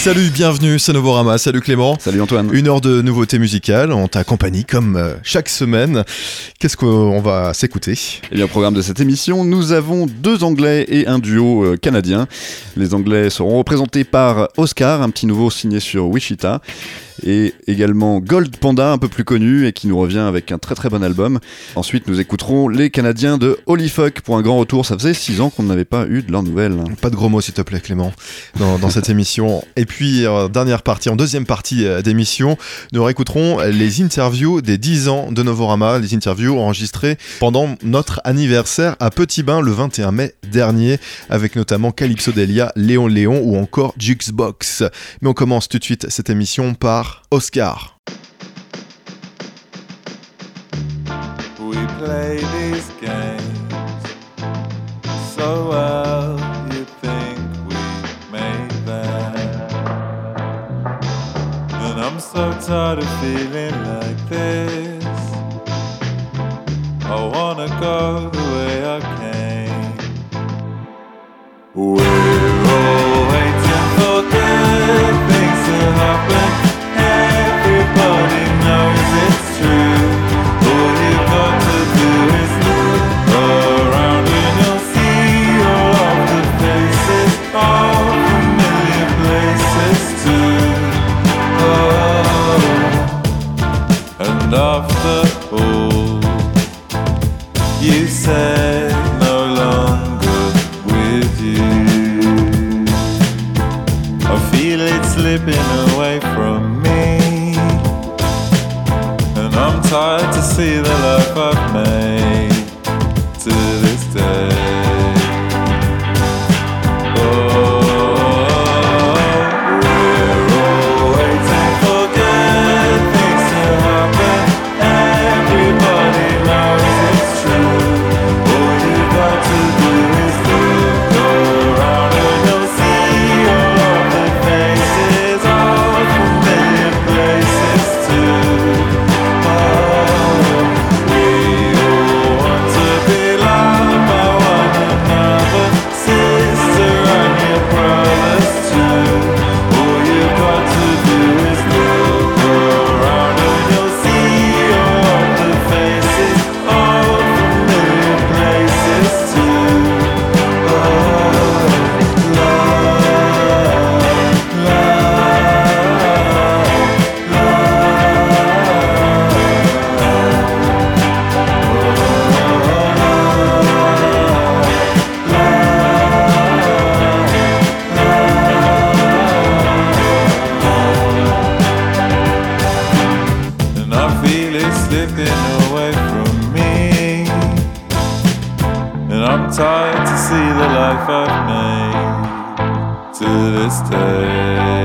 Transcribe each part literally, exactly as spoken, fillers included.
Salut, bienvenue, c'est Novorama, salut Clément. Salut Antoine. Une heure de nouveautés musicales, on t'accompagne comme euh, chaque semaine. Qu'est-ce qu'on va s'écouter ? Eh bien, au programme de cette émission, nous avons deux Anglais et un duo euh, canadien. Les Anglais seront représentés par Oscar, un petit nouveau signé sur Wichita. Et également Gold Panda, un peu plus connu et qui nous revient avec un très très bon album. Ensuite, nous écouterons les Canadiens de Holy Fuck pour un grand retour. Ça faisait six ans qu'on n'avait pas eu de leurs nouvelles. Pas de gros mots s'il te plaît Clément dans, dans cette émission. Et puis, en dernière partie, en deuxième partie d'émission, nous réécouterons les interviews des dix ans de Novorama, les interviews enregistrées pendant notre anniversaire à Petit Bain le vingt et un mai dernier, avec notamment Calypso Delia, Léon Léon ou encore Jukebox. Mais on commence tout de suite cette émission par Oscar. We play these games so well, you think we made them. And I'm so tired of feeling like this. I wanna go the way I came. We're all waiting for good things to happen. Everybody knows it's true. All you've got to do is look around and you'll see all of the faces, all familiar places too. Oh, and after all, you said no longer with you. I feel it slipping away from me. I'm tired to see the life I've made to this day. Oh, we're all waiting for good things to happen. Everybody knows it's true. All you've got to do is look around and you'll see all of the faces, all familiar places too. Tired to see the life I've made to this day.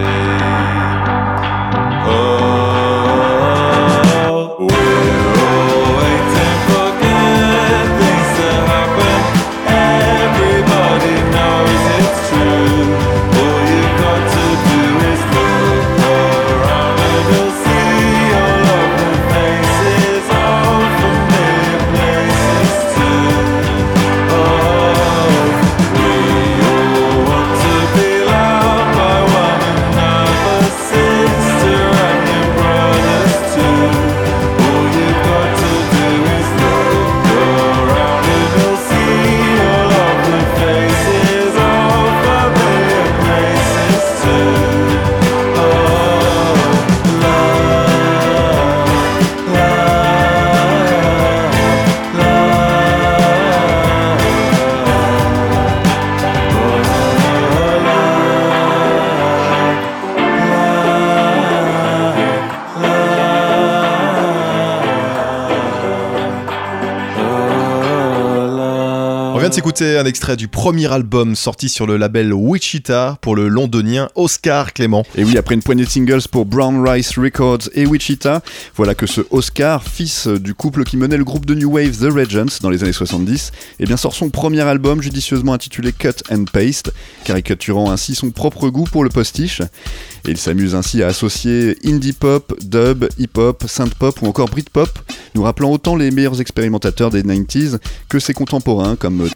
Oh, we're all waiting for good things to happen. Everybody knows it's true. All you've got to do is look around and you'll see all of the faces, all familiar places too. On vient de s'écouter un extrait du premier album sorti sur le label Wichita pour le londonien Oscar Clément. Et oui, après une poignée de singles pour Brown Rice Records et Wichita, voilà que ce Oscar, fils du couple qui menait le groupe de New Wave The Regents dans les années soixante-dix, eh bien sort son premier album judicieusement intitulé Cut and Paste, caricaturant ainsi son propre goût pour le postiche. Et il s'amuse ainsi à associer indie pop, dub, hip-hop, synth-pop ou encore Britpop, nous rappelant autant les meilleurs expérimentateurs des quatre-vingt-dix que ses contemporains comme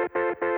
Thank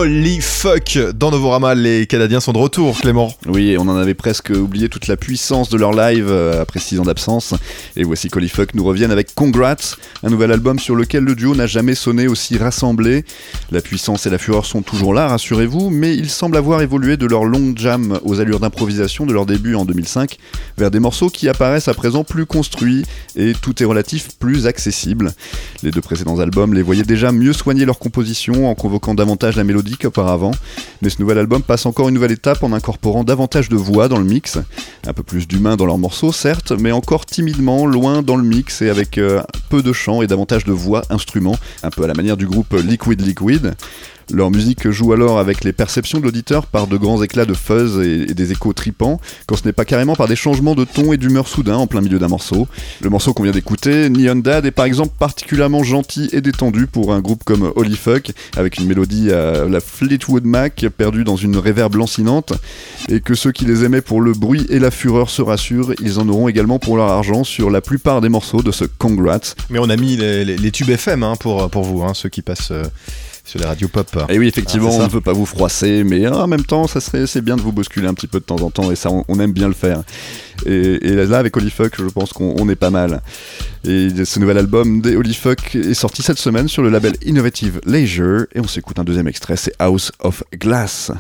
Holy fuck. Dans Novorama, les Canadiens sont de retour, Clément. Oui, et on en avait presque oublié toute la puissance de leur live euh, après six ans d'absence. Et voici qu'Holy fuck nous reviennent avec Congrats, un nouvel album sur lequel le duo n'a jamais sonné aussi rassemblé. La puissance et la fureur sont toujours là, rassurez-vous, mais ils semblent avoir évolué de leur long jam aux allures d'improvisation de leur début en deux mille cinq vers des morceaux qui apparaissent à présent plus construits et tout est relatif plus accessible. Les deux précédents albums les voyaient déjà mieux soigner leur composition en convoquant davantage la mélodie qu'auparavant, mais ce nouvel album passe encore une nouvelle étape en incorporant davantage de voix dans le mix, un peu plus d'humain dans leurs morceaux certes, mais encore timidement loin dans le mix et avec euh, peu de chants et davantage de voix instruments, un peu à la manière du groupe Liquid Liquid. Leur musique joue alors avec les perceptions de l'auditeur par de grands éclats de fuzz et, et des échos tripants, quand ce n'est pas carrément par des changements de ton et d'humeur soudains en plein milieu d'un morceau. Le morceau qu'on vient d'écouter, Neon Dad, est par exemple particulièrement gentil et détendu pour un groupe comme Holy Fuck, avec une mélodie à la Fleetwood Mac perdue dans une réverb lancinante, et que ceux qui les aimaient pour le bruit et la fureur se rassurent, ils en auront également pour leur argent sur la plupart des morceaux de ce Congrats. Mais on a mis les, les, les tubes F M hein, pour, pour vous, hein, ceux qui passent... Euh... sur les radios pop. Et oui, effectivement, ah, on ne veut pas vous froisser, mais en même temps, ça serait, c'est bien de vous bousculer un petit peu de temps en temps, et ça, on, on aime bien le faire. Et, et là, avec Holy Fuck, je pense qu'on on est pas mal. Et ce nouvel album des Holy Fuck est sorti cette semaine sur le label Innovative Leisure, et on s'écoute un deuxième extrait, c'est House of Glass.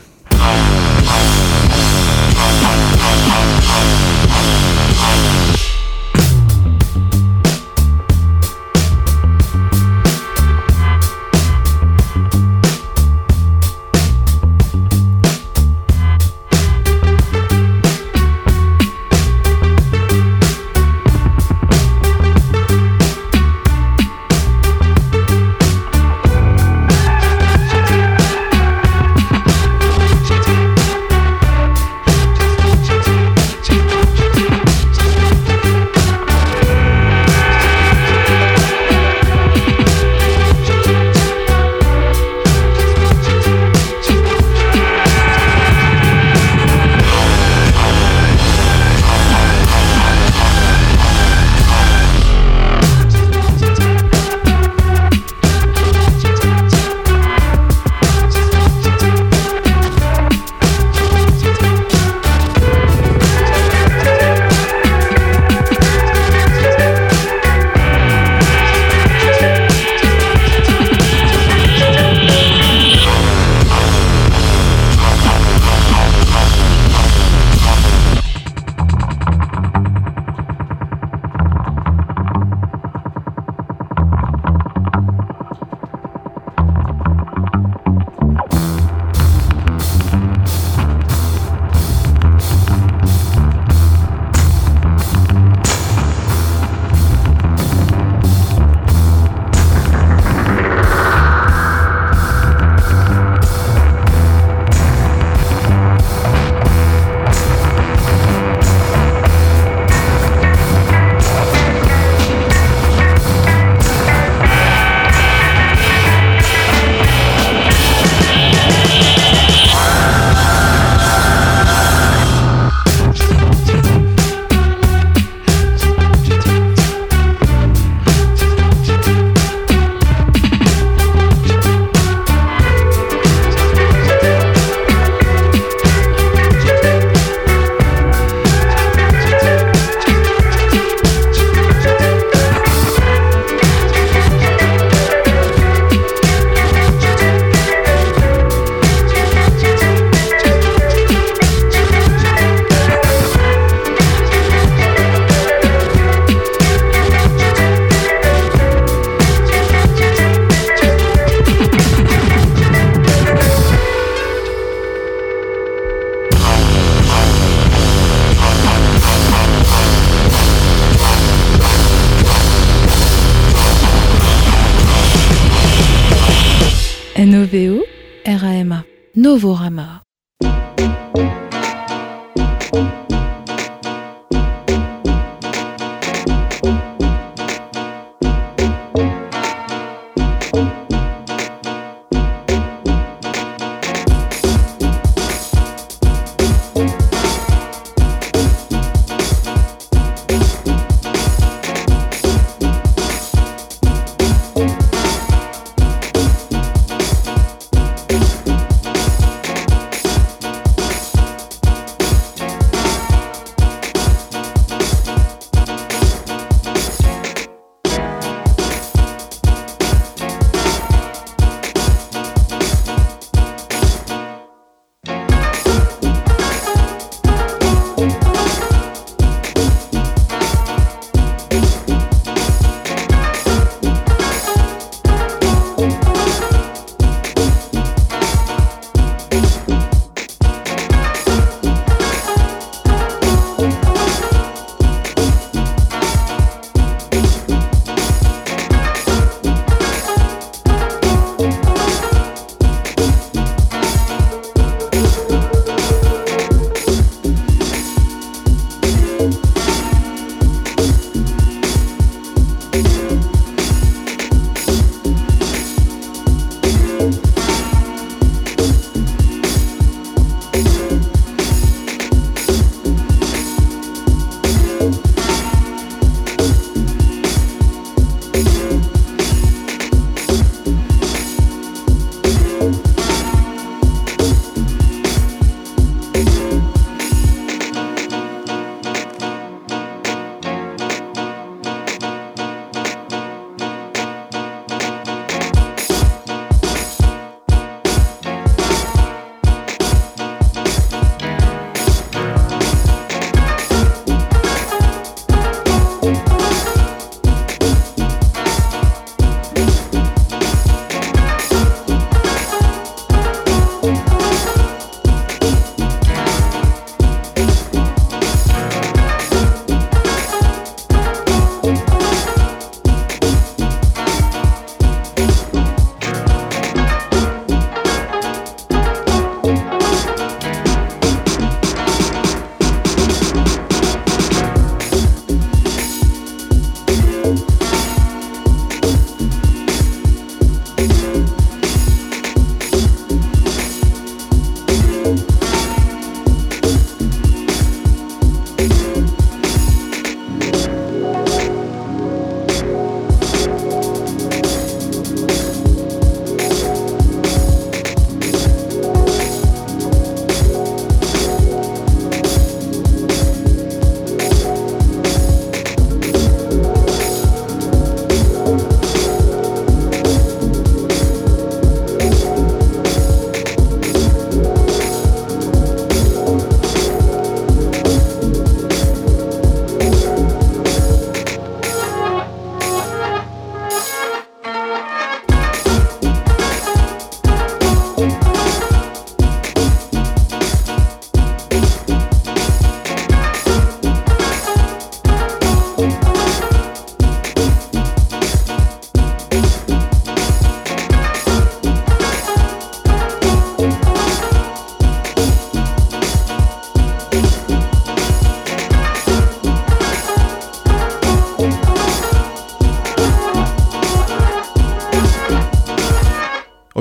N O V O R A M A Novorama.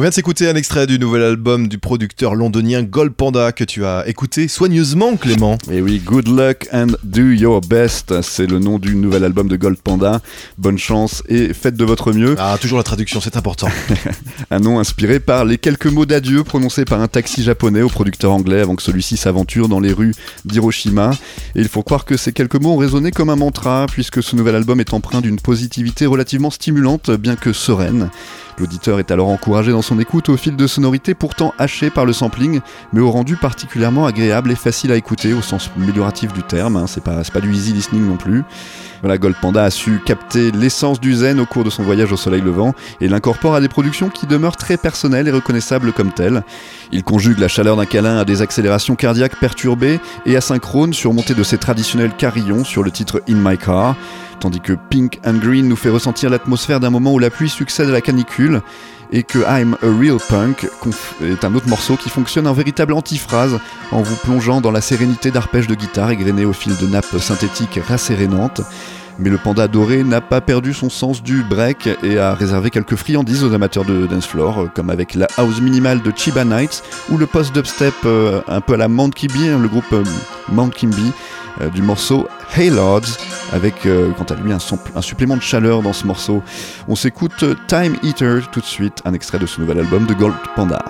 vient de s'écouter un extrait du nouvel album du producteur londonien Gold Panda que tu as écouté soigneusement, Clément. Et oui, Good Luck and Do Your Best, c'est le nom du nouvel album de Gold Panda. Bonne chance et faites de votre mieux. Ah, toujours la traduction, c'est important. Un nom inspiré par les quelques mots d'adieu prononcés par un taxi japonais au producteur anglais avant que celui-ci s'aventure dans les rues d'Hiroshima. Et il faut croire que ces quelques mots ont résonné comme un mantra, puisque ce nouvel album est empreint d'une positivité relativement stimulante, bien que sereine. L'auditeur est alors encouragé dans son écoute au fil de sonorités pourtant hachées par le sampling, mais au rendu particulièrement agréable et facile à écouter au sens amélioratif du terme, hein. c'est pas, c'est pas du easy listening non plus. Voilà, Gold Panda a su capter l'essence du zen au cours de son voyage au soleil levant et l'incorpore à des productions qui demeurent très personnelles et reconnaissables comme telles. Il conjugue la chaleur d'un câlin à des accélérations cardiaques perturbées et asynchrones surmontées de ses traditionnels carillons sur le titre In My Car, tandis que Pink and Green nous fait ressentir l'atmosphère d'un moment où la pluie succède à la canicule, et que I'm a Real Punk est un autre morceau qui fonctionne en véritable antiphrase en vous plongeant dans la sérénité d'arpèges de guitare égrenés au fil de nappes synthétiques rassérénantes. Mais le panda doré n'a pas perdu son sens du break et a réservé quelques friandises aux amateurs de dance floor, comme avec la house minimale de Chiba Nights ou le post-dubstep euh, un peu à la Mount Kimby, hein, le groupe euh, Mount Kimby, euh, du morceau Hey Lords, avec euh, quant à lui un, son, un supplément de chaleur dans ce morceau. On s'écoute Time Eater tout de suite, un extrait de ce nouvel album de Gold Panda.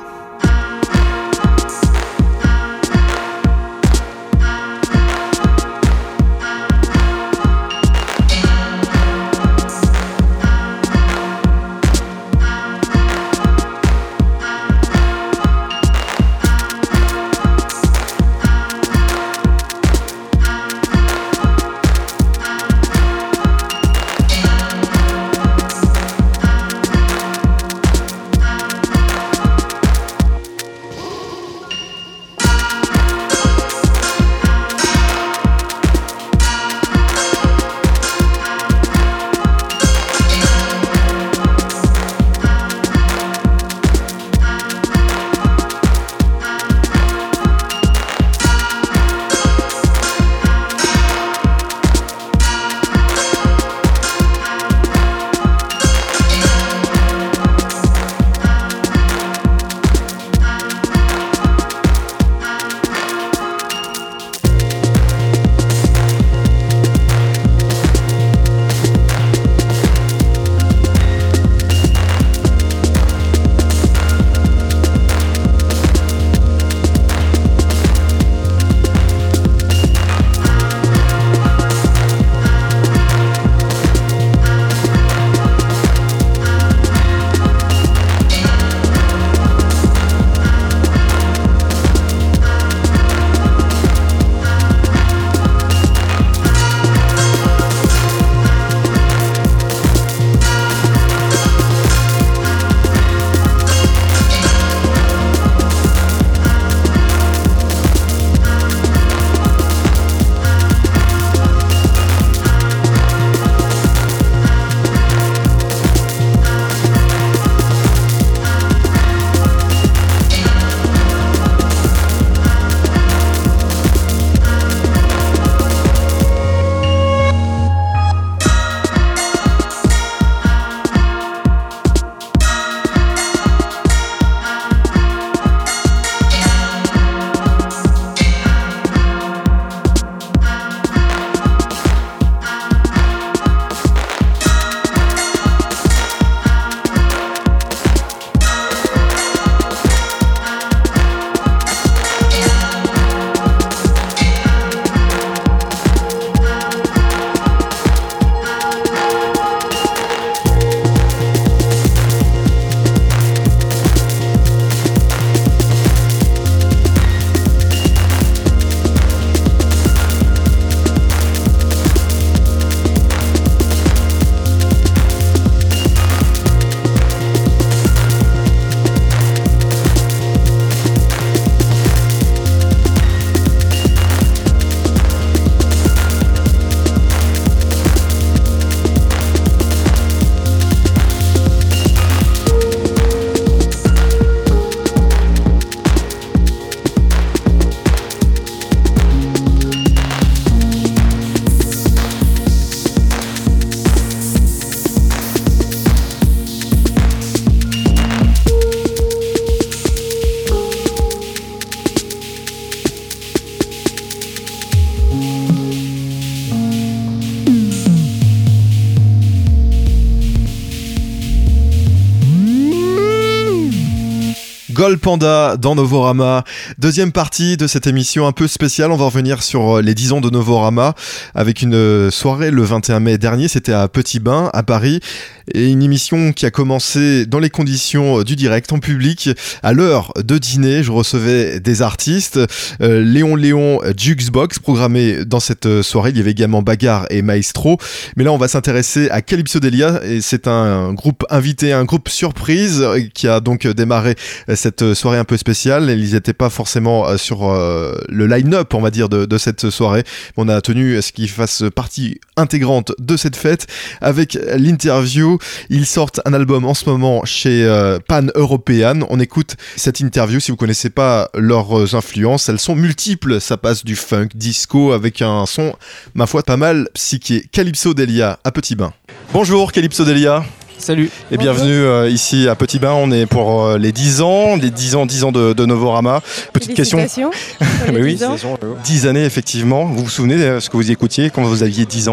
Gold Panda dans Novorama. Deuxième partie de cette émission un peu spéciale. On va revenir sur les dix ans de Novorama avec une soirée le vingt et un mai dernier. C'était à Petit Bain, à Paris. Et une émission qui a commencé dans les conditions du direct, en public. À l'heure de dîner, je recevais des artistes. Euh, Léon Léon, Jukebox, programmé dans cette soirée. Il y avait également Bagarre et Maestro. Mais là, on va s'intéresser à Calypso Delia. Et c'est un groupe invité, un groupe surprise qui a donc démarré cette soirée un peu spéciale. Ils n'étaient pas forcément sur euh, le line-up, on va dire, de, de cette soirée. On a tenu à ce qu'ils fassent partie intégrante de cette fête avec l'interview. Ils sortent un album en ce moment chez euh, Pan European. On écoute cette interview. Si vous connaissez pas leurs influences, elles sont multiples. Ça passe du funk, disco avec un son, ma foi, pas mal psyché. Calypso Delia à Petit Bain. Bonjour Calypso Delia. Salut. Et bienvenue euh, ici à Petit Bain. On est pour euh, les dix ans, les dix ans, dix ans de, de Novorama. Petite question. Félicitations pour les Mais oui, dix ans. dix années effectivement. Vous vous souvenez de ce que vous y écoutiez quand vous aviez dix ans?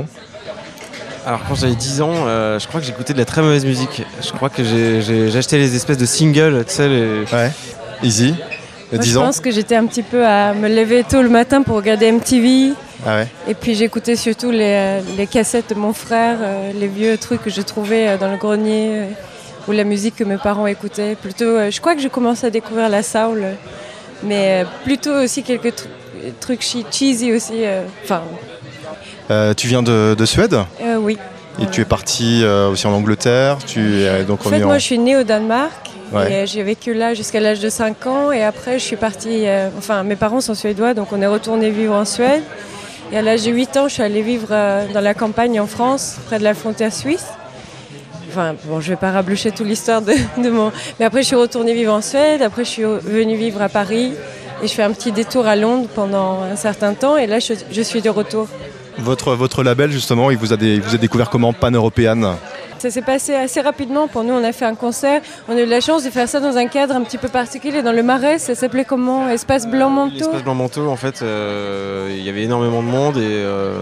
Alors quand j'avais dix ans, euh, je crois que j'écoutais de la très mauvaise musique. Je crois que j'ai, j'ai, j'ai acheté les espèces de singles, tu sais, les... Ouais. Easy. Moi, dix je ans. pense que j'étais un petit peu à me lever tôt le matin pour regarder M T V. Ah ouais. Et puis j'écoutais surtout les, euh, les cassettes de mon frère, euh, les vieux trucs que je trouvais euh, dans le grenier, euh, ou la musique que mes parents écoutaient. Plutôt, euh, je crois que j'ai commencé à découvrir la soul, euh, mais euh, plutôt aussi quelques tru- trucs chi- cheesy aussi. Enfin, Euh, tu viens de, de Suède euh, oui. et tu es parti euh, aussi en Angleterre. Tu es donc En fait, revenu moi, en... je suis née au Danemark. Ouais. Et euh, j'ai vécu là jusqu'à l'âge de cinq ans. Et après, je suis partie. euh, enfin, mes parents sont suédois, donc on est retourné vivre en Suède. Et à l'âge de huit ans, je suis allée vivre euh, dans la campagne en France, près de la frontière suisse. Enfin, bon, je vais pas rabloucher toute l'histoire de, de mon. Mais après, je suis retournée vivre en Suède. Après, je suis venue vivre à Paris. Et je fais un petit détour à Londres pendant un certain temps. Et là, je, je suis de retour. Votre, votre label, justement, il vous a, des, il vous a découvert comment? Pan European. Ça s'est passé assez rapidement. Pour nous, on a fait un concert. On a eu la chance de faire ça dans un cadre un petit peu particulier, dans le Marais. Ça s'appelait comment? Espace Blanc Manteau. L'espace blanc manteau, en fait, euh, il y avait énormément de monde et... euh,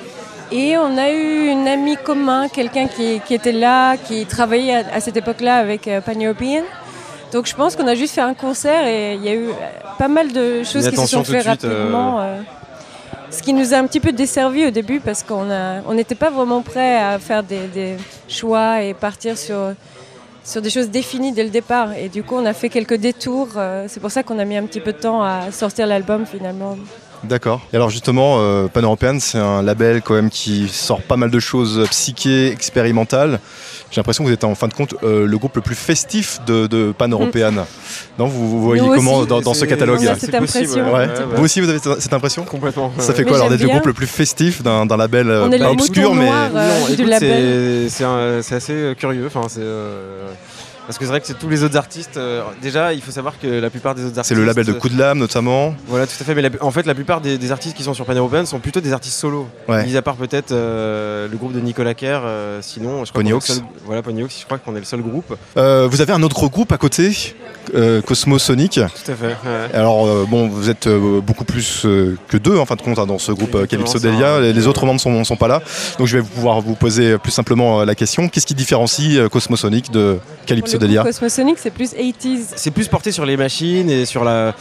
Et on a eu une amie commun, quelqu'un qui, qui était là, qui travaillait à, à cette époque-là avec euh, Pan European. Donc je pense qu'on a juste fait un concert et il y a eu euh, pas mal de choses qui se attention sont tout de faites suite, rapidement. euh, ce qui nous a un petit peu desservi au début parce qu'on a, on n'était pas vraiment prêt à faire des, des choix et partir sur, sur des choses définies dès le départ. Et du coup, on a fait quelques détours. euh, c'est pour ça qu'on a mis un petit peu de temps à sortir l'album finalement. D'accord. Et alors justement, euh, Pan European, c'est un label quand même qui sort pas mal de choses psyché, expérimentales. J'ai l'impression que vous êtes en fin de compte euh, le groupe le plus festif de, de Pan European. Mm. Non, vous, vous voyez Nous comment aussi. dans, dans ce c'est- catalogue? On a c'est cette possible, impression. Ouais. ouais, bah, Vous aussi, vous avez cette impression? Complètement. Ça ouais. fait Mais quoi alors j'aime d'être le bien. groupe le plus festif d'un, d'un label euh, On est pas le obscur, mouton mais noir, euh, Non, du écoute, label. c'est, c'est, un- c'est assez euh, curieux. Enfin, c'est, euh, parce que c'est vrai que c'est tous les autres artistes. euh, déjà, il faut savoir que la plupart des autres artistes. c'est le label de Coup de Lame notamment. Voilà, tout à fait. Mais la- en fait, la plupart des, des artistes qui sont sur Pan European sont plutôt des artistes solos. Ouais. Mis à part peut-être euh, le groupe de Nicolas Kerr. euh, sinon, je crois Pony qu'on est Hawks. le seul- Voilà, Pony Hawks, je crois qu'on est le seul groupe. Euh, vous avez un autre groupe à côté, euh, Cosmosonic. Tout à fait. ouais. Alors euh, bon, vous êtes euh, beaucoup plus euh, que deux en fin de compte hein, dans ce groupe euh, Exactement, Calypso c'est Delia. un- Les, les autres membres sont, sont pas là, donc je vais pouvoir vous poser plus simplement euh, la question. Qu'est-ce qui différencie euh, Cosmosonic de Calypso Pour le Delia? groupe Cosmosonic, c'est plus eighties. C'est plus porté sur les machines et sur la.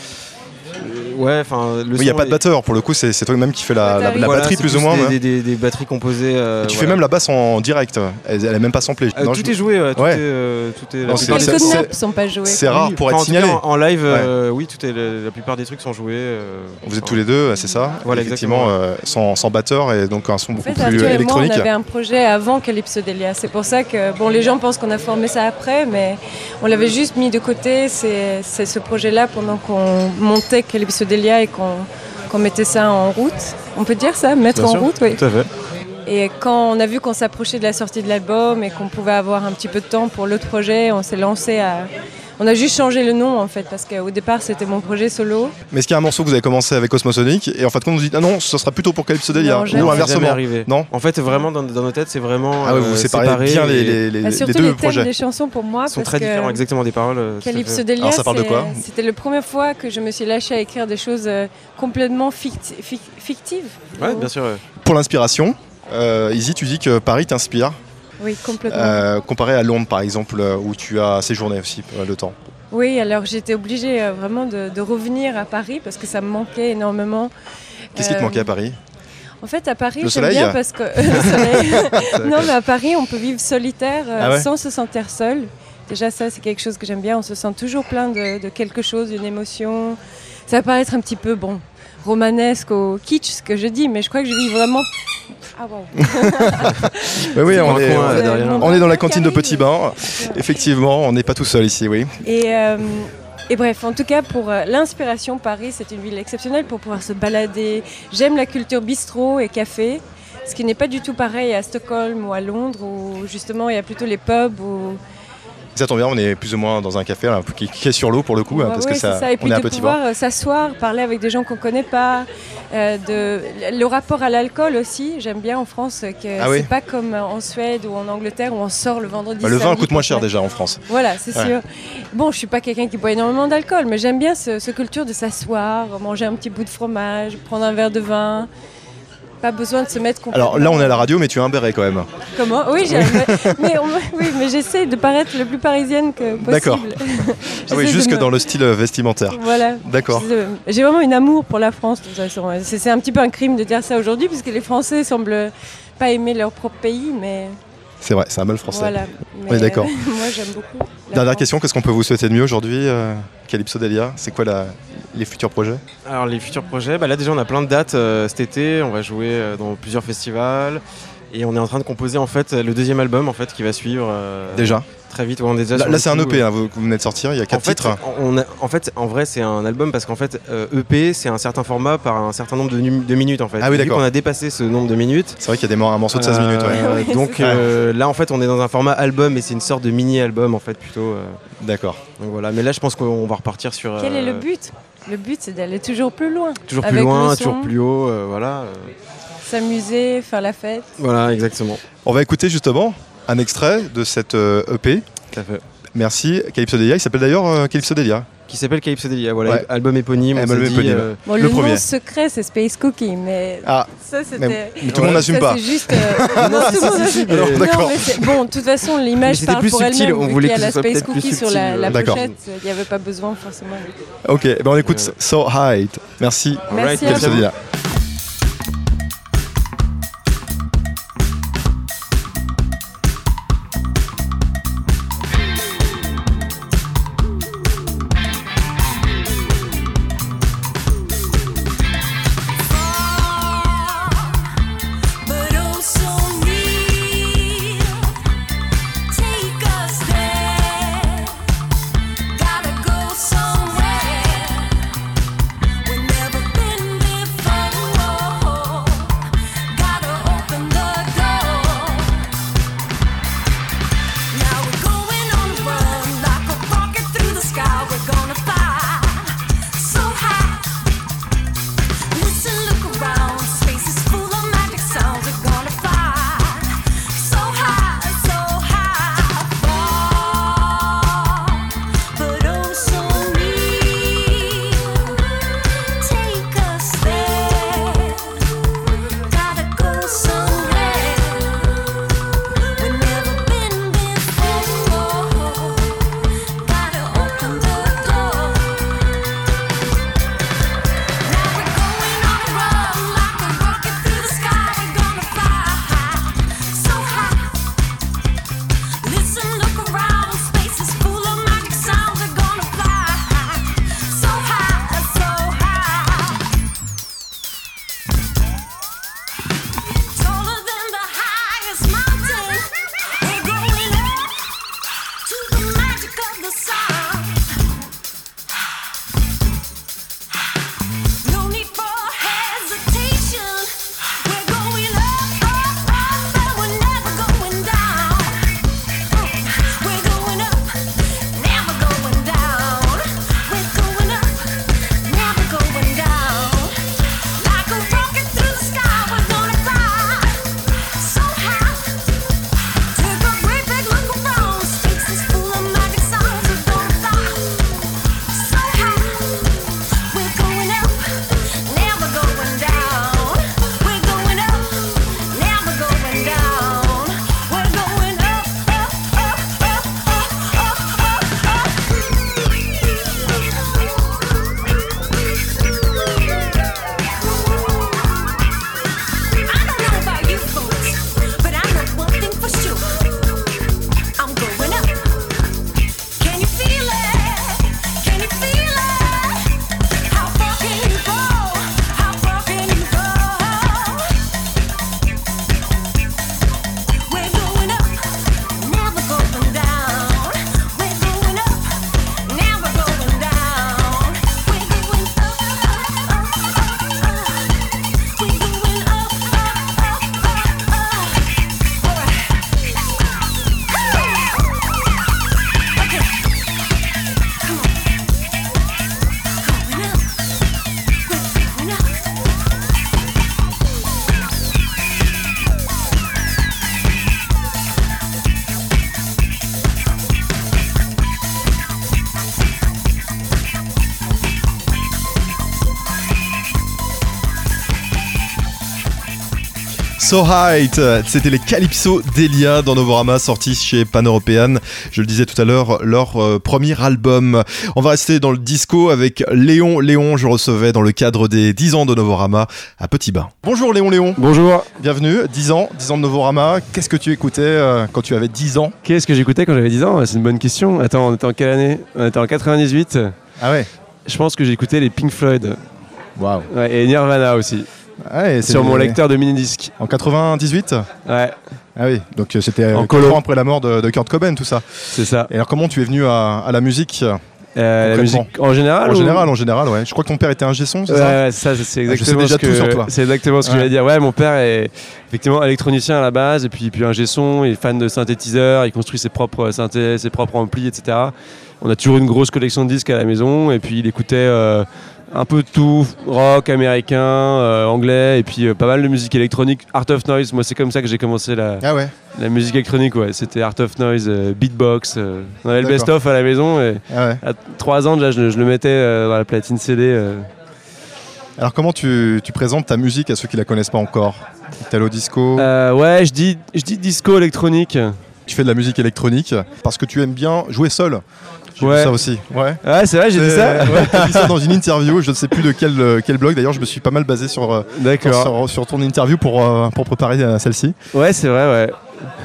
Euh, ouais, enfin. Il n'y a pas de batteur pour le coup, c'est, c'est toi-même qui fais la, la- la Voilà, batterie c'est plus ou moins. Des, ouais. des, des- des batteries composées. euh, Et tu voilà. fais même la basse en direct, elle, elle est même pas samplée. Euh, Non, tout je- est joué, ouais, tout, Ouais. est, euh, tout est. Non, la c'est- plupart des c'est- Quelques trucs- c'est- nappes sont pas jouées. c'est quoi. rare Oui, pour enfin, être en tout cas, signalé. En, en live, euh, oui, tout est, la, la plupart des trucs sont joués. euh, Vous êtes enfin, tous les deux, c'est ça? Voilà, effectivement, exactement. euh, sans, sans batteur et donc un son En beaucoup fait, plus Arthur et moi, électronique. on avait un projet avant Calypso Delia. C'est pour ça que bon, les gens pensent qu'on a formé ça après, mais on l'avait juste mis de côté. C'est, c'est ce projet-là pendant qu'on montait Calypso Delia et qu'on, qu'on mettait ça en route. On peut dire ça, mettre Bien en sûr, route, oui. Tout à fait. Et quand on a vu qu'on s'approchait de la sortie de l'album et qu'on pouvait avoir un petit peu de temps pour l'autre projet, on s'est lancé à. On a juste changé le nom en fait, parce qu'au départ c'était mon projet solo. Mais est-ce qu'il y a un morceau que vous avez commencé avec Cosmosonic et en fait quand vous dites ah non, ce sera plutôt pour Calypso Delia Non, jamais. ou Jamais inversement? arrivé. Non. En fait, vraiment, dans, dans nos têtes, c'est vraiment. Ah ouais, vous euh, séparez séparé bien les, et- les, les, Bah, les surtout deux les thèmes projets. des chansons pour moi, sont parce très que différents exactement des paroles. euh, tout à Calypso fait. Delia, Alors, ça parle de c'est- quoi c'était la première fois que je me suis lâchée à écrire des choses euh, complètement ficti- fic- fictives. Ouais, bien sûr. ouais. Pour l'inspiration, euh, Izzy, tu dis que Paris t'inspire, Oui, complètement. euh, comparé à Londres par exemple, euh, où tu as séjourné aussi euh, le temps. Oui, alors j'étais obligée euh, vraiment de, de revenir à Paris parce que ça me manquait énormément. Qu'est-ce qui te Euh, manquait à Paris? En fait, à Paris, Le j'aime soleil bien parce que... le soleil. Non, mais à Paris, on peut vivre solitaire euh, Ah ouais sans se sentir seul. Déjà, ça, c'est quelque chose que j'aime bien. On se sent toujours plein de, de quelque chose, d'une émotion. Ça va paraître un petit peu, bon, romanesque ou kitsch, ce que je dis, mais je crois que je vis vraiment... Ah, wow. Oui, oui, on Dans est, le coin, on là, est- derrière. on est dans la cantine de Petit Bain. Effectivement, on n'est pas tout seul ici, oui. Et, euh, et bref, en tout cas, pour euh, l'inspiration, Paris, c'est une ville exceptionnelle pour pouvoir se balader. J'aime la culture bistrot et café, ce qui n'est pas du tout pareil à Stockholm ou à Londres, où justement, il y a plutôt les pubs. Où... Ça tombe bien, on est plus ou moins dans un café là, qui, qui est sur l'eau pour le coup, hein, Ouais, parce ouais, que ça, c'est ça. Et on puis est à de Petit pouvoir Bain. euh, s'asseoir, parler avec des gens qu'on ne connaît pas. euh, de... Le rapport à l'alcool aussi, j'aime bien en France, euh, que Ah oui. c'est pas comme en Suède ou en Angleterre où on sort le vendredi. Bah, le vin samedi coûte moins pour cher se mettre- déjà en France. Voilà, c'est Ouais. sûr. Bon, je suis pas quelqu'un qui boit énormément d'alcool, mais j'aime bien ce, ce culture de s'asseoir, manger un petit bout de fromage, prendre un verre de vin. Pas besoin de se mettre complètement... Alors là, on est à la radio, mais tu as un béret quand même. Comment? Oui, j'ai- mais, mais, on- oui, mais j'essaie de paraître le plus parisienne que possible. D'accord. Ah oui, J'essaie jusque de me- dans le style euh, vestimentaire. Voilà. D'accord. Je- J'ai vraiment une amour pour la France, de toute façon. C'est c'est un petit peu un crime de dire ça aujourd'hui, puisque les Français semblent pas aimer leur propre pays, mais C'est vrai, c'est un mal français. voilà. On est Mais, d'accord. euh, moi, j'aime beaucoup. la Dernière France. question, qu'est-ce qu'on peut vous souhaiter de mieux aujourd'hui, euh, Calypso Delia? C'est quoi la- les futurs projets? Alors les futurs projets, bah là déjà on a plein de dates euh, cet été, on va jouer euh, dans plusieurs festivals et on est en train de composer en fait le deuxième album en fait qui va suivre euh, Déjà très vite. Ouais, on est déjà Là, sur là, le c'est un coup, E P, euh, hein, vous, que vous venez de sortir, il y a En quatre fait, titres. on a- en fait, en vrai, c'est un album parce qu'en fait, euh, E P, c'est un certain format par un certain nombre de, num- de minutes en fait. Ah oui, Et vu d'accord. qu'on a dépassé ce nombre de minutes. C'est vrai qu'il y a des mor- un morceau de seize euh, minutes, ouais. Ouais, c'est donc ça. euh, là, en fait, on est dans un format album et c'est une sorte de mini-album en fait plutôt. euh, D'accord. donc voilà. Mais là, je pense qu'on va repartir sur. Quel est le euh, but? Le but, c'est d'aller toujours plus loin. Toujours Avec plus loin, le son. toujours plus haut, euh, voilà. euh, S'amuser, faire la fête. voilà, exactement. On va écouter justement un extrait de cette euh, E P. Tout à fait. Merci, Calypso Delia. Il s'appelle d'ailleurs euh, Calypso Delia. Qui s'appelle Calypso Delia, voilà, Ouais. album éponyme. on Album s'est dit, éponyme. euh, Bon, Le le, premier. nom secret, c'est Space Cookie, mais Ah, ça, mais, c'était... mais tout le monde Ouais, n'assume ça, pas. c'est juste... euh, non, tout le monde assume. Alors, Non, d'accord. mais c'est- bon, de toute façon, Mais l'image c'était parle plus pour subtil, elle-même. on Vu voulait qu'il y a que la ce soit Space peut-être plus Cookie sur la, subtil, la euh. D'accord. pochette, il n'y avait pas besoin forcément. Ok, ben on écoute Euh. So High. Merci, Merci à Calypso vous. Delia. But oh so near, take us there. Gotta go somewhere we've never been before. So Height, c'était les Calypso d'Elia dans Novorama, sortis chez Pan European. Je le disais tout à l'heure, leur euh, premier album. On va rester dans le disco avec Léon. Léon, je recevais dans le cadre des dix ans de Novorama à Petit Bain. Bonjour Léon Léon. Bonjour. Bienvenue, dix ans, dix ans de Novorama. Qu'est-ce que tu écoutais euh, quand tu avais dix ans? Qu'est-ce que j'écoutais quand j'avais dix ans? C'est une bonne question. Attends, on était en quelle année? On était en quatre-vingt-dix-huit. Ah ouais. Je pense que j'écoutais les Pink Floyd. Waouh. Ouais, et Nirvana aussi. Ouais, c'est sur mon lecteur de mini-disque. En quatre-vingt-dix-huit. Ouais. Ah oui, donc euh, c'était En euh, colo. quatre ans après la mort de, de Kurt Cobain, tout ça. C'est ça. Et alors comment tu es venu à, à la musique? Euh, la Concrètement. musique en général En ou- général, en général, ouais. Je crois que ton père était ingé son, c'est Ouais, ça? ouais, ça, c'est Ah, je sais exactement déjà ce que tout sur toi. c'est exactement ce que Ouais. je voulais dire. Ouais, mon père est effectivement électronicien à la base et puis puis ingé son, il est fan de synthétiseurs, il construit ses propres synthés, ses propres amplis, et cetera. On a toujours une grosse collection de disques à la maison et puis il écoutait euh, un peu de tout, rock américain, euh, anglais et puis euh, pas mal de musique électronique, Art of Noise. Moi, c'est comme ça que j'ai commencé la, Ah ouais. la musique électronique. Ouais, c'était Art of Noise, euh, beatbox. euh. On avait le D'accord. best-of à la maison et Ah ouais. à trois ans déjà, je, je le mettais euh, dans la platine C D. euh. Alors comment tu, tu présentes ta musique à ceux qui la connaissent pas encore? Italo disco. Euh, ouais, je dis, je dis disco électronique. Tu fais de la musique électronique parce que tu aimes bien jouer seul. J'ai Ouais. vu ça aussi. Ouais. Ouais, c'est vrai, j'ai dit ça. Ouais, t'as dit ça dans une interview. Je ne sais plus de quel, euh, quel blog. D'ailleurs, je me suis pas mal basé sur, euh, D'accord. sur, sur ton interview pour, euh, pour préparer euh, celle-ci. Ouais, c'est vrai, ouais.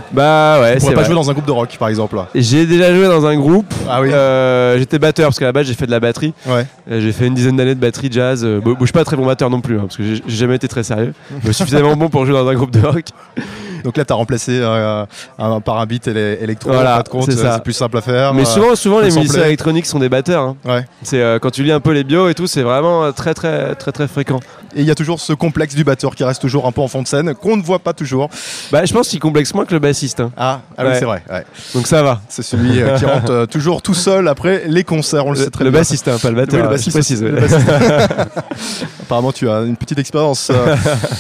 Bah ouais, Tu c'est pourrais pas vrai. jouer dans un groupe de rock, par exemple. J'ai déjà joué dans un groupe. Ah oui. Euh, J'étais batteur parce qu'à la base j'ai fait de la batterie. Ouais. Euh, J'ai fait une dizaine d'années de batterie jazz. Euh, bon, bon, je suis pas très bon batteur non plus hein, parce que j'ai j'ai jamais été très sérieux. Mais suffisamment bon pour jouer dans un groupe de rock. Donc là, tu as remplacé euh, un, par un beat éle- électro. Voilà, en fin de compte, c'est euh, ça. c'est plus simple à faire. Mais euh, souvent, souvent les faut musiciens sampler. électroniques sont des batteurs. hein. Ouais. C'est euh, quand tu lis un peu les bios et tout, c'est vraiment euh, très très très très fréquent. Et il y a toujours ce complexe du batteur qui reste toujours un peu en fond de scène, qu'on ne voit pas toujours. Bah je pense qu'il complexe moins que le bassiste. hein. Ah, ah oui, Ouais. c'est vrai. Ouais. Donc ça va. C'est celui euh, qui rentre euh, toujours tout seul après les concerts, on le, Le, sait très le bien. bassiste, hein, pas le batteur. Oui, le euh, bassiste je précise. aussi, ouais. le bassiste. Apparemment, tu as une petite expérience. euh.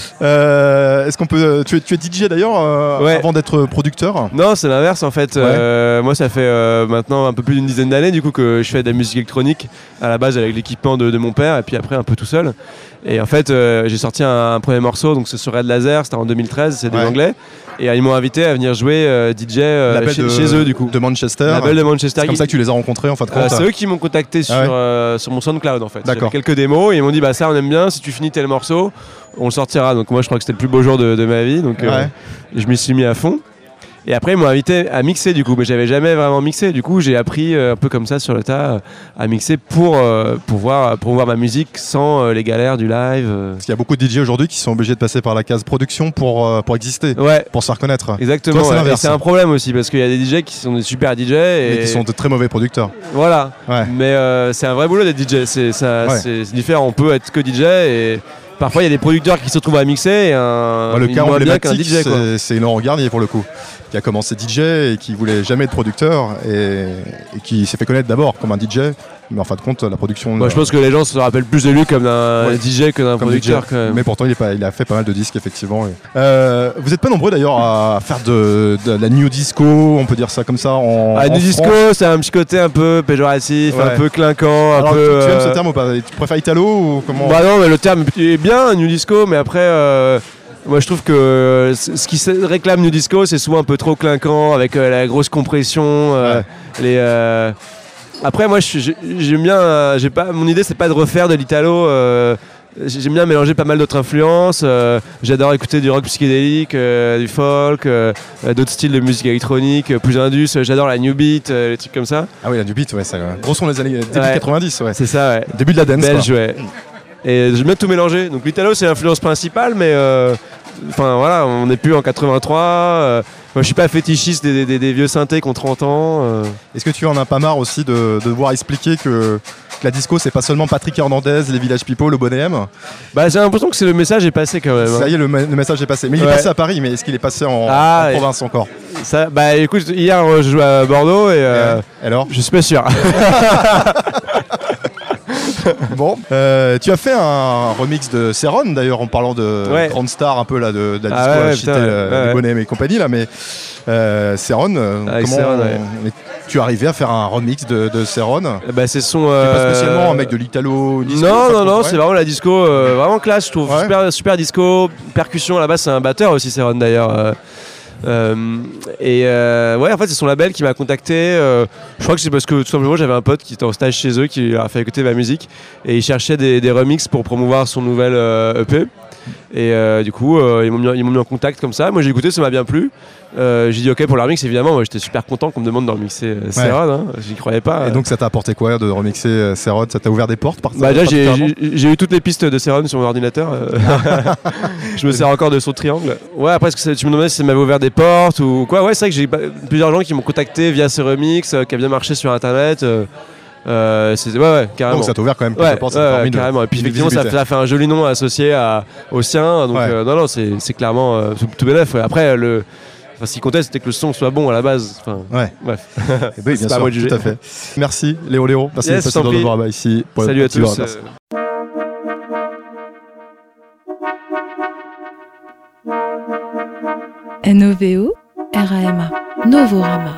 Euh, Est-ce qu'on peut. Tu es, tu es D J d'ailleurs euh, Ouais. avant d'être producteur? Non, c'est l'inverse en fait. Ouais. Euh, moi, ça fait euh, maintenant un peu plus d'une dizaine d'années du coup que je fais de la musique électronique à la base avec l'équipement de, de mon père et puis après un peu tout seul. Et en fait, euh, j'ai sorti un, un premier morceau, donc ce serait Red Laser, c'était en deux mille treize, c'est des Ouais. Anglais. Et euh, ils m'ont invité à venir jouer euh, D J euh, Label chez, de, chez eux du coup. De Manchester. Label de Manchester. C'est comme ça que tu les as rencontrés en fin de Euh, compte. c'est eux qui m'ont contacté sur, Ah ouais. euh, sur mon SoundCloud en fait. D'accord. J'avais quelques démos et ils m'ont dit bah ça on aime bien, si tu finis tel morceau, on le sortira. Donc moi je crois que c'était le plus beau jour de, de ma vie, donc euh, Ouais. je m'y suis mis à fond. Et après ils m'ont invité à mixer du coup, mais j'avais jamais vraiment mixé. Du coup j'ai appris euh, un peu comme ça sur le tas euh, à mixer pour euh, pouvoir promouvoir ma musique sans euh, les galères du live. euh. Parce qu'il y a beaucoup de D J aujourd'hui qui sont obligés de passer par la case production pour, euh, pour exister, Ouais. pour se faire connaître. Exactement, Toi, c'est ouais. Et l'inverse. c'est un problème aussi parce qu'il y a des D J qui sont des super D J et Mais qui sont de très mauvais producteurs. voilà. Ouais. Mais euh, c'est un vrai boulot d'être D J, c'est ça, Ouais. c'est c'est différent. On peut être que D J et parfois il y a des producteurs qui se retrouvent à mixer et un Bah, le ils cas moins bien qu'un emblématique, D J quoi. c'est- c'est Laurent Garnier pour le coup, qui a commencé D J et qui voulait jamais être producteur et, et qui s'est fait connaître d'abord comme un D J, mais en fin de compte, la production. Moi, je pense que les gens se rappellent plus de lui comme d'un Ouais. D J que d'un comme producteur D J. quand même. Mais pourtant, il, est pas, il a fait pas mal de disques, effectivement. et- Euh, vous n'êtes pas nombreux d'ailleurs à faire de, de la new disco, on peut dire ça comme ça. En, Ah, en New Disco, France. c'est un petit côté un peu péjoratif, Ouais. un peu clinquant, un Alors, peu. tu, tu aimes euh, ce terme ou pas? Tu préfères Italo ou comment? Bah non, mais le terme est bien, New Disco, mais après, euh, moi je trouve que euh, c- ce qui se réclame New Disco, c'est souvent un peu trop clinquant, avec euh, la grosse compression, euh, Ouais. les. euh, Après, moi, je suis- j'ai- j'aime bien. euh, j'ai pas, mon idée, c'est pas de refaire de l'italo. euh, J'aime bien mélanger pas mal d'autres influences. euh, J'adore écouter du rock psychédélique, euh, du folk, euh, euh, d'autres styles de musique électronique, euh, plus indus. euh, J'adore la new beat, euh, les trucs comme ça. Ah oui, il y a du beat, ouais, ça. Gros son des années début Ouais. quatre-vingt-dix, ouais. C'est ça, ouais. Début de la dance. Belge, quoi. ouais. Et j'aime bien tout mélanger. Donc l'italo, c'est l'influence principale, mais euh, enfin voilà, on n'est plus en quatre-vingt-trois. euh, moi, je suis pas fétichiste des, des- des vieux synthés qui ont trente ans. euh. Est-ce que tu en as pas marre aussi de, de devoir expliquer que, que la disco, c'est pas seulement Patrick Hernandez, les Village People, le Bonnet M? Bah, j'ai l'impression que c'est le message est passé quand même. hein. Ça y est, le, me- le message est passé. Mais il Ouais. est passé à Paris, mais est-ce qu'il est passé en, Ah, en et- province encore? Ça, bah écoute, hier euh, je jouais à Bordeaux et euh, Et alors je suis pas sûr. Bon, euh, tu as fait un remix de Céron d'ailleurs en parlant de Ouais. grande star un peu là de, de la Ah disco, ouais, là, ouais, Chitel, putain, ouais. euh, Ouais, les ouais. Bonhommes et compagnie là, mais euh, Céron, euh, Avec comment Céron, ouais. on est- tu es arrivé à faire un remix de, de Céron? Bah, c'est son. C'est pas euh, spécialement un mec de l'italo disco, Non, pas non, trop, non, ouais. c'est vraiment la disco, euh, vraiment classe, je trouve. Ouais. Super, super disco, percussion. À la base, c'est un batteur aussi, Céron d'ailleurs. euh, euh, et euh, ouais, en fait, c'est son label qui m'a contacté. euh, je crois que c'est parce que tout simplement, j'avais un pote qui était en stage chez eux qui leur a fait écouter ma musique et il cherchait des, des remixes pour promouvoir son nouvel euh, E P. Et euh, du coup, euh, ils m'ont mis, ils m'ont mis en contact comme ça. Moi, j'ai écouté, ça m'a bien plu. Euh, j'ai dit OK pour le remix, évidemment. Moi, j'étais super content qu'on me demande de remixer euh, Céron. Hein. J'y croyais pas. Et donc ça t'a apporté quoi de remixer euh, Céron? Ça t'a ouvert des portes par Bah, déjà, j'ai, particulièrement j'ai, j'ai eu toutes les pistes de Céron sur mon ordinateur. euh. Je me sers encore de son triangle. Ouais, après, est-ce que ça- tu me demandais si ça m'avait ouvert des portes ou quoi. Ouais, c'est vrai que j'ai bah, plusieurs gens qui m'ont contacté via ce remix euh, qui a bien marché sur internet. euh, euh, c'est, ouais, ouais, carrément. Donc ça t'a ouvert quand même plus Ouais, de portes, ouais, ça t'a ouais, permis de- carrément. Et puis une effectivement, ça fait, visibilité. ça fait un joli nom associé à, au sien. Donc Ouais. euh, non, non, c'est, c'est clairement euh, tout, tout bénef. Ouais. Après, le, enfin, ce qui comptait, c'était que le son soit bon à la base. Enfin, Ouais. bref. Eh ben oui, C'est bien pas à sûr, moi de juger. tout à fait. Merci Léo Léo, merci Yes, d'être passé tant dans pis. Novorama ici. pour le Salut à petit tous. Merci. euh, N O V O R A M A Novorama.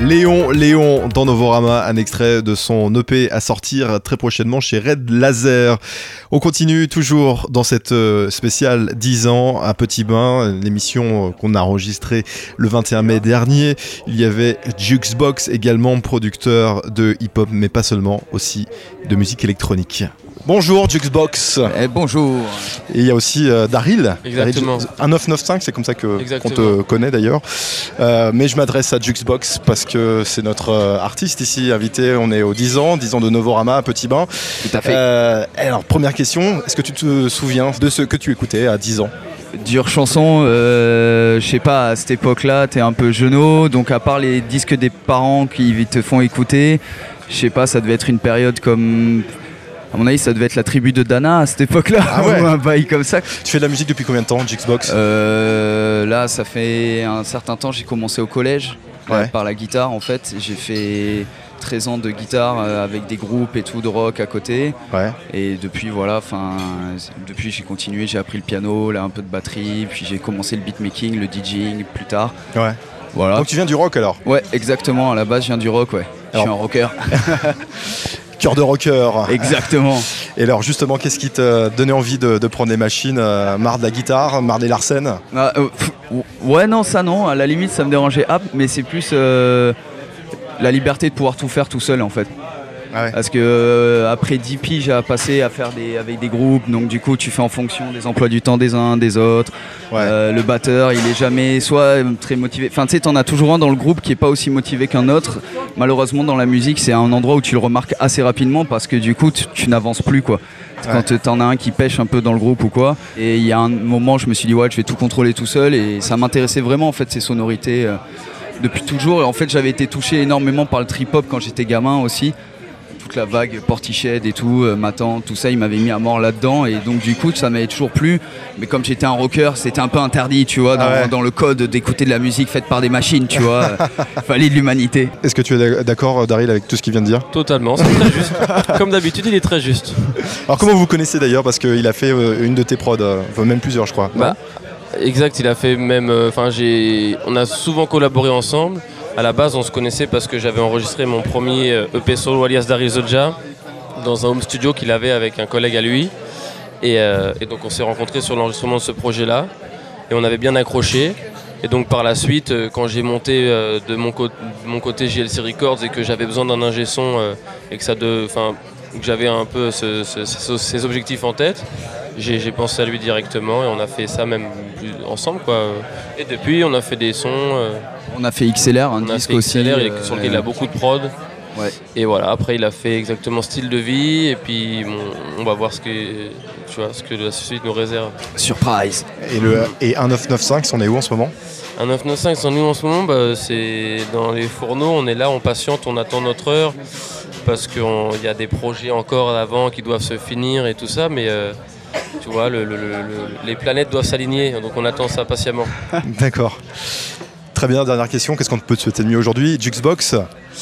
Léon, Léon dans Novorama, un extrait de son E P à sortir très prochainement chez Red Laser. On continue toujours dans cette euh, spéciale dix ans à Petit Bain, l'émission qu'on a enregistrée le vingt et un mai dernier. Il y avait Jukebox, également producteur de hip-hop, mais pas seulement, aussi de musique électronique. Bonjour Jukebox. Eh, bonjour. Et il y a aussi euh, Daryl. Exactement. Daryl, un neuf neuf cinq, c'est comme ça que, qu'on Exactement. te connaît d'ailleurs. Euh, mais je m'adresse à Jukebox parce que c'est notre euh, artiste ici invité. On est aux dix ans, dix ans de Novorama à Petit Bain. Tout à fait. Euh, alors, première question, est-ce que tu te souviens de ce que tu écoutais à dix ans ? Dure chanson, euh, je sais pas, à cette époque-là, t'es un peu jeuneau, donc à part les disques des parents qui te font écouter, je sais pas, ça devait être une période comme... À mon avis, ça devait être la tribu de Dana à cette époque-là, Ah ouais. ou un bail comme ça. Tu fais de la musique depuis combien de temps, Jukebox ? Euh, là, ça fait un certain temps, j'ai commencé au collège, Ouais. euh, par la guitare en fait. J'ai fait treize ans de guitare euh, avec des groupes et tout, de rock à côté. Ouais. Et depuis, voilà, enfin, depuis j'ai continué, j'ai appris le piano, là un peu de batterie, puis j'ai commencé le beatmaking, le DJing plus tard. Ouais. Voilà. Donc tu viens du rock alors ? Ouais, exactement, à la base je viens du rock, ouais. Je suis un Alors- rocker. Cœur de rocker. Exactement. Et alors justement, qu'est-ce qui te donnait envie de, de prendre des machines euh, Marre de la guitare, marre des Larsen ? Ah, euh, pff, ouais, non, ça non, à la limite ça me dérangeait, ah, mais c'est plus euh, la liberté de pouvoir tout faire tout seul en fait. Ah ouais. Parce que euh, après dix piges à passer à faire des, avec des groupes, donc du coup tu fais en fonction des emplois du temps des uns, des autres. Ouais. Euh, le batteur il est jamais soit très motivé, enfin tu sais t'en as toujours un dans le groupe qui est pas aussi motivé qu'un autre. Malheureusement dans la musique c'est un endroit où tu le remarques assez rapidement parce que du coup tu, tu n'avances plus quoi. Quand Ouais. t'en as un qui pêche un peu dans le groupe ou quoi. Et il y a un moment je me suis dit ouais je vais tout contrôler tout seul et ça m'intéressait vraiment en fait ces sonorités euh, depuis toujours. Et en fait j'avais été touché énormément par le trip-hop quand j'étais gamin aussi. Toute la vague Portiched et tout, euh, ma tante, tout ça, il m'avait mis à mort là-dedans et donc du coup ça m'avait toujours plu. Mais comme j'étais un rocker, c'était un peu interdit, tu vois, dans, Ah ouais. dans le code d'écouter de la musique faite par des machines, tu vois. euh, fallait de l'humanité. Est-ce que tu es d'accord, Daryl, avec tout ce qu'il vient de dire ? Totalement, c'est très juste. Comme d'habitude, il est très juste. Alors comment vous vous connaissez d'ailleurs ? Parce qu'il a fait euh, une de tes prods, euh, enfin, même plusieurs je crois. Bah, exact, il a fait même. Enfin, j'ai. On a souvent collaboré ensemble. À la base, on se connaissait parce que j'avais enregistré mon premier euh, E P solo alias Daryl Zodja dans un home studio qu'il avait avec un collègue à lui. Et, euh, et donc, on s'est rencontrés sur l'enregistrement de ce projet-là. Et on avait bien accroché. Et donc, par la suite, euh, quand j'ai monté euh, de, mon co- de mon côté J L C Records et que j'avais besoin d'un ingé son euh, et que ça de. Enfin, que j'avais un peu ce- ce- ce- ces objectifs en tête. J'ai, j'ai pensé à lui directement et on a fait ça même plus ensemble quoi. Et depuis on a fait des sons, euh, On a fait X L R, un on a disque fait aussi. X L R, il est- euh, sur lequel il a beaucoup de prod. Ouais. Et voilà, après il a fait exactement style de vie et puis bon, on va voir ce que, tu vois, ce que la suite nous réserve. Surprise. Et, le, et un neuf neuf cinq, c'en est où en ce moment ? Un neuf neuf cinq, sans nous en ce moment, bah, c'est dans les fourneaux, on est là, on patiente, on attend notre heure parce qu'il y a des projets encore avant qui doivent se finir et tout ça, mais euh, tu vois, le- le- le- le- les planètes doivent s'aligner, donc on attend ça patiemment. D'accord. Très bien, dernière question, qu'est-ce qu'on peut te souhaiter de mieux aujourd'hui ? Jukebox ?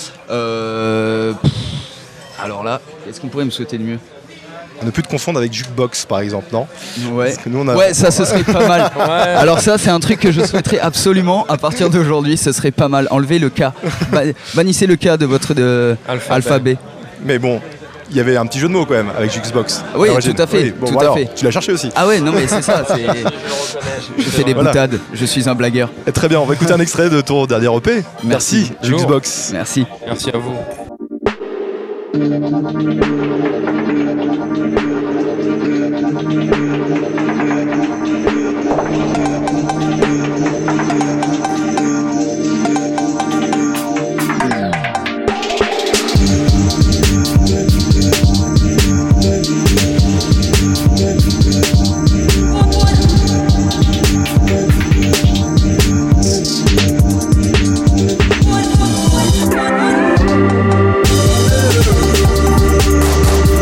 Euh, pff, alors là, qu'est-ce qu'on pourrait me souhaiter de mieux ? Ne plus te confondre avec Jukebox par exemple, non ? Ouais. Parce que nous, on a- Ouais, ça ce serait pas mal. Ouais. Alors ça c'est un truc que je souhaiterais absolument à partir d'aujourd'hui, ce serait pas mal. Enlevez le K. Ba- Bannissez le K de votre de Alphabet. alphabet. Mais bon, il y avait un petit jeu de mots quand même avec Jukebox. Oui, À l'origine. tout à fait, Oui, bon, tout voilà, à fait. Tu l'as cherché aussi. Ah ouais, non mais c'est ça, c'est... je fais des Voilà. boutades, je suis un blagueur. Très bien, on va écouter un extrait de ton dernier E P. Merci. Jukebox. Merci. Merci à vous. What?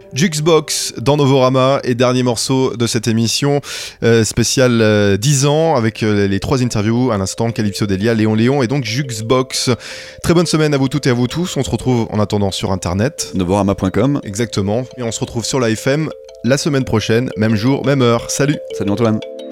Juxbox dans Novorama et dernier morceau de cette émission euh, spéciale euh, dix ans avec euh, les trois interviews à l'instant, Calypso Delia, Léon Léon et donc Juxbox. Très bonne semaine à vous toutes et à vous tous. On se retrouve en attendant sur internet. Novorama point com. Exactement. Et on se retrouve sur la F M la semaine prochaine, même jour, même heure. Salut. Salut Antoine.